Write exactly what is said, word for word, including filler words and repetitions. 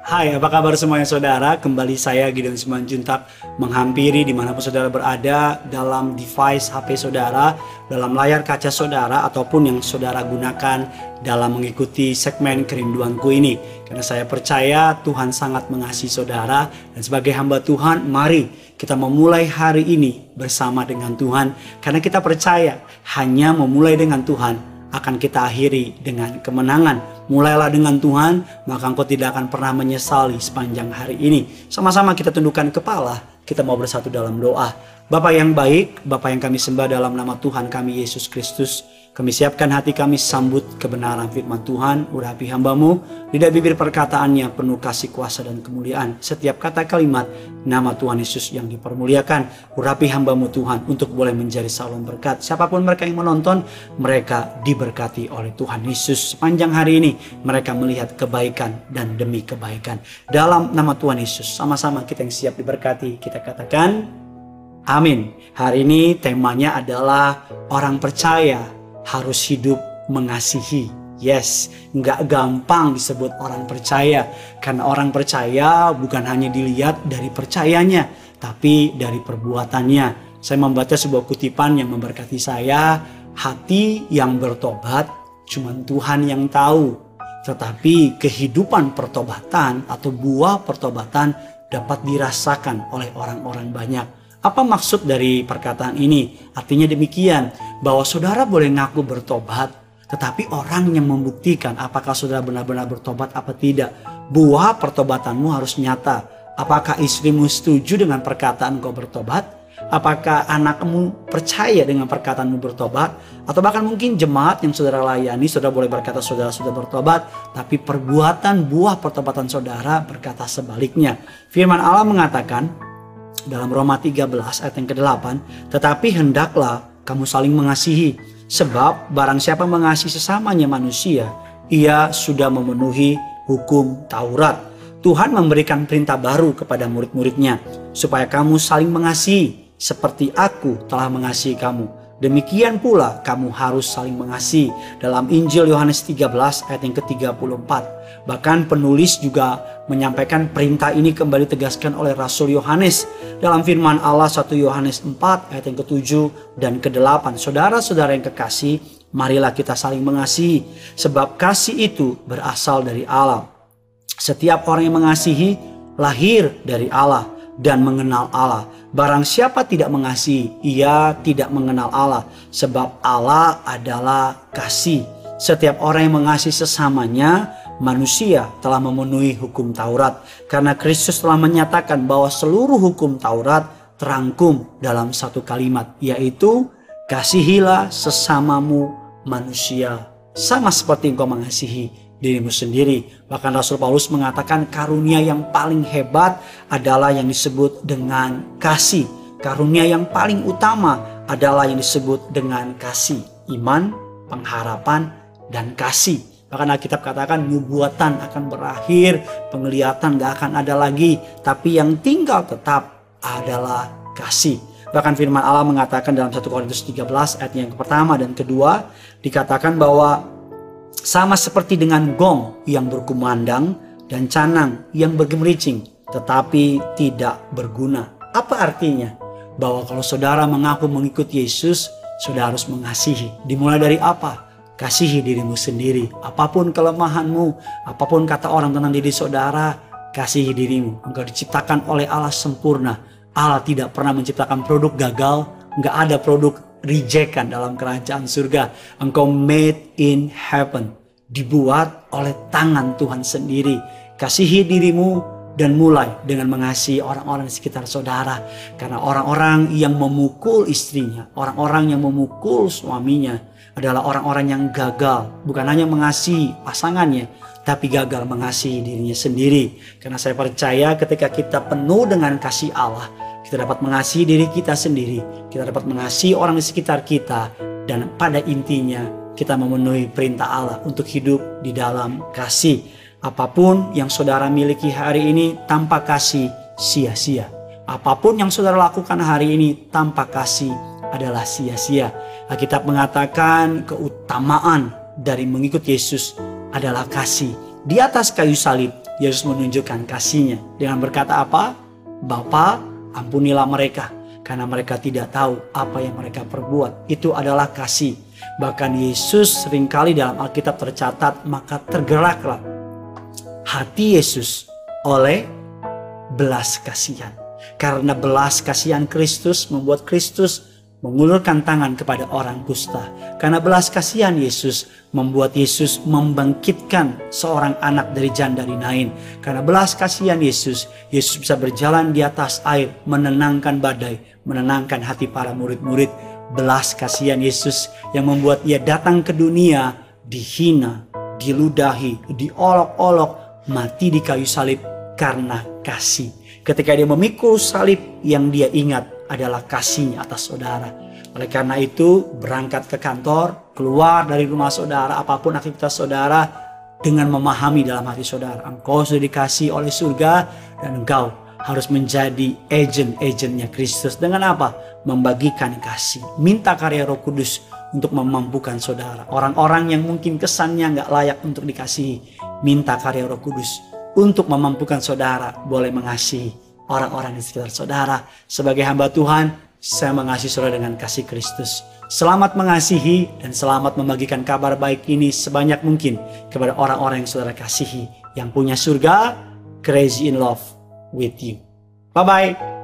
Hai, apa kabar semuanya saudara? Kembali saya Gideon Simanjuntak menghampiri dimanapun saudara berada dalam device H P saudara, dalam layar kaca saudara, ataupun yang saudara gunakan dalam mengikuti segmen Kerinduanku ini. Karena saya percaya Tuhan sangat mengasihi saudara, dan sebagai hamba Tuhan, mari kita memulai hari ini bersama dengan Tuhan. Karena kita percaya hanya memulai dengan Tuhan akan kita akhiri dengan kemenangan. Mulailah dengan Tuhan, maka engkau tidak akan pernah menyesali sepanjang hari ini. Sama-sama kita tundukkan kepala, kita mau bersatu dalam doa. Bapa yang baik, Bapa yang kami sembah dalam nama Tuhan kami Yesus Kristus, kami siapkan hati kami sambut kebenaran firman Tuhan. Urapi hamba-Mu, lidah bibir perkataannya penuh kasih kuasa dan kemuliaan. Setiap kata kalimat nama Tuhan Yesus yang dipermuliakan. Urapi hamba-Mu Tuhan untuk boleh menjadi saluran berkat. Siapapun mereka yang menonton, mereka diberkati oleh Tuhan Yesus. Sepanjang hari ini mereka melihat kebaikan dan demi kebaikan. Dalam nama Tuhan Yesus, sama-sama kita yang siap diberkati, kita katakan amin. Hari ini temanya adalah orang percaya harus hidup mengasihi. Yes, nggak gampang disebut orang percaya. Karena orang percaya bukan hanya dilihat dari percayanya, tapi dari perbuatannya. Saya membaca sebuah kutipan yang memberkati saya. Hati yang bertobat cuma Tuhan yang tahu. Tetapi kehidupan pertobatan atau buah pertobatan dapat dirasakan oleh orang-orang banyak. Apa maksud dari perkataan ini? Artinya demikian, bahwa saudara boleh ngaku bertobat, tetapi orang yang membuktikan apakah saudara benar-benar bertobat apa tidak. Buah pertobatanmu harus nyata. Apakah istrimu setuju dengan perkataan kau bertobat? Apakah anakmu percaya dengan perkataanmu bertobat? Atau bahkan mungkin jemaat yang saudara layani, saudara boleh berkata saudara sudah bertobat, tapi perbuatan buah pertobatan saudara berkata sebaliknya. Firman Allah mengatakan dalam Roma tiga belas ayat yang kedelapan, tetapi hendaklah kamu saling mengasihi, sebab barang siapa mengasihi sesamanya manusia, ia sudah memenuhi hukum Taurat. Tuhan memberikan perintah baru kepada murid-muridnya, supaya kamu saling mengasihi, seperti aku telah mengasihi kamu. Demikian pula kamu harus saling mengasihi. Dalam Injil Yohanes tiga belas ayat yang ke tiga puluh empat. Bahkan penulis juga menyampaikan perintah ini kembali tegaskan oleh Rasul Yohanes dalam firman Allah satu Yohanes empat ayat yang ketujuh dan kedelapan. Saudara-saudara yang kekasih, marilah kita saling mengasihi, sebab kasih itu berasal dari Allah. Setiap orang yang mengasihi lahir dari Allah dan mengenal Allah. Barang siapa tidak mengasihi, ia tidak mengenal Allah, sebab Allah adalah kasih. Setiap orang yang mengasihi sesamanya manusia telah memenuhi hukum Taurat, karena Kristus telah menyatakan bahwa seluruh hukum Taurat terangkum dalam satu kalimat, yaitu kasihilah sesamamu manusia sama seperti engkau mengasihi dirimu sendiri. Bahkan Rasul Paulus mengatakan karunia yang paling hebat adalah yang disebut dengan kasih. Karunia yang paling utama adalah yang disebut dengan kasih. Iman, pengharapan, dan kasih. Bahkan Alkitab katakan nubuatan akan berakhir, penglihatan gak akan ada lagi, tapi yang tinggal tetap adalah kasih. Bahkan firman Allah mengatakan dalam satu Korintus tiga belas ayat yang pertama dan kedua, dikatakan bahwa sama seperti dengan gong yang berkumandang dan canang yang bergemericing, tetapi tidak berguna. Apa artinya? Bahwa kalau saudara mengaku mengikuti Yesus, saudara harus mengasihi. Dimulai dari apa? Kasihi dirimu sendiri. Apapun kelemahanmu, apapun kata orang tentang diri saudara, kasihi dirimu. Engkau diciptakan oleh Allah sempurna. Allah tidak pernah menciptakan produk gagal. Enggak ada produk rejekan dalam kerajaan surga. Engkau made in heaven, dibuat oleh tangan Tuhan sendiri. Kasihi dirimu dan mulai dengan mengasihi orang-orang di sekitar saudara. Karena orang-orang yang memukul istrinya, orang-orang yang memukul suaminya adalah orang-orang yang gagal. Bukan hanya mengasihi pasangannya, tapi gagal mengasihi dirinya sendiri. Karena saya percaya ketika kita penuh dengan kasih Allah, kita dapat mengasihi diri kita sendiri, kita dapat mengasihi orang di sekitar kita, dan pada intinya kita memenuhi perintah Allah untuk hidup di dalam kasih. Apapun yang saudara miliki hari ini tanpa kasih sia-sia. Apapun yang saudara lakukan hari ini tanpa kasih adalah sia-sia. Alkitab mengatakan keutamaan dari mengikut Yesus adalah kasih. Di atas kayu salib Yesus menunjukkan kasih-Nya dengan berkata apa? Bapa, ampunilah mereka karena mereka tidak tahu apa yang mereka perbuat. Itu adalah kasih. Bahkan Yesus seringkali dalam Alkitab tercatat, maka tergeraklah hati Yesus oleh belas kasihan. Karena belas kasihan Kristus membuat Kristus mengulurkan tangan kepada orang kusta. Karena belas kasihan Yesus membuat Yesus membangkitkan seorang anak dari janda dari Nain. Karena belas kasihan Yesus, Yesus bisa berjalan di atas air, menenangkan badai, menenangkan hati para murid-murid. Belas kasihan Yesus yang membuat Ia datang ke dunia, dihina, diludahi, diolok-olok, mati di kayu salib karena kasih. Ketika Dia memikul salib, yang Dia ingat adalah kasih-Nya atas saudara. Oleh karena itu, berangkat ke kantor, keluar dari rumah saudara, apapun aktivitas saudara, dengan memahami dalam hati saudara, engkau sudah dikasih oleh surga dan engkau harus menjadi agent-agentnya Kristus. Dengan apa? Membagikan kasih. Minta karya Roh Kudus untuk memampukan saudara. Orang-orang yang mungkin kesannya nggak layak untuk dikasihi, minta karya Roh Kudus untuk memampukan saudara boleh mengasihi orang-orang di sekitar saudara. Sebagai hamba Tuhan, saya mengasihi saudara dengan kasih Kristus. Selamat mengasihi dan selamat membagikan kabar baik ini sebanyak mungkin kepada orang-orang yang saudara kasihi, yang punya surga, crazy in love with you. Bye-bye.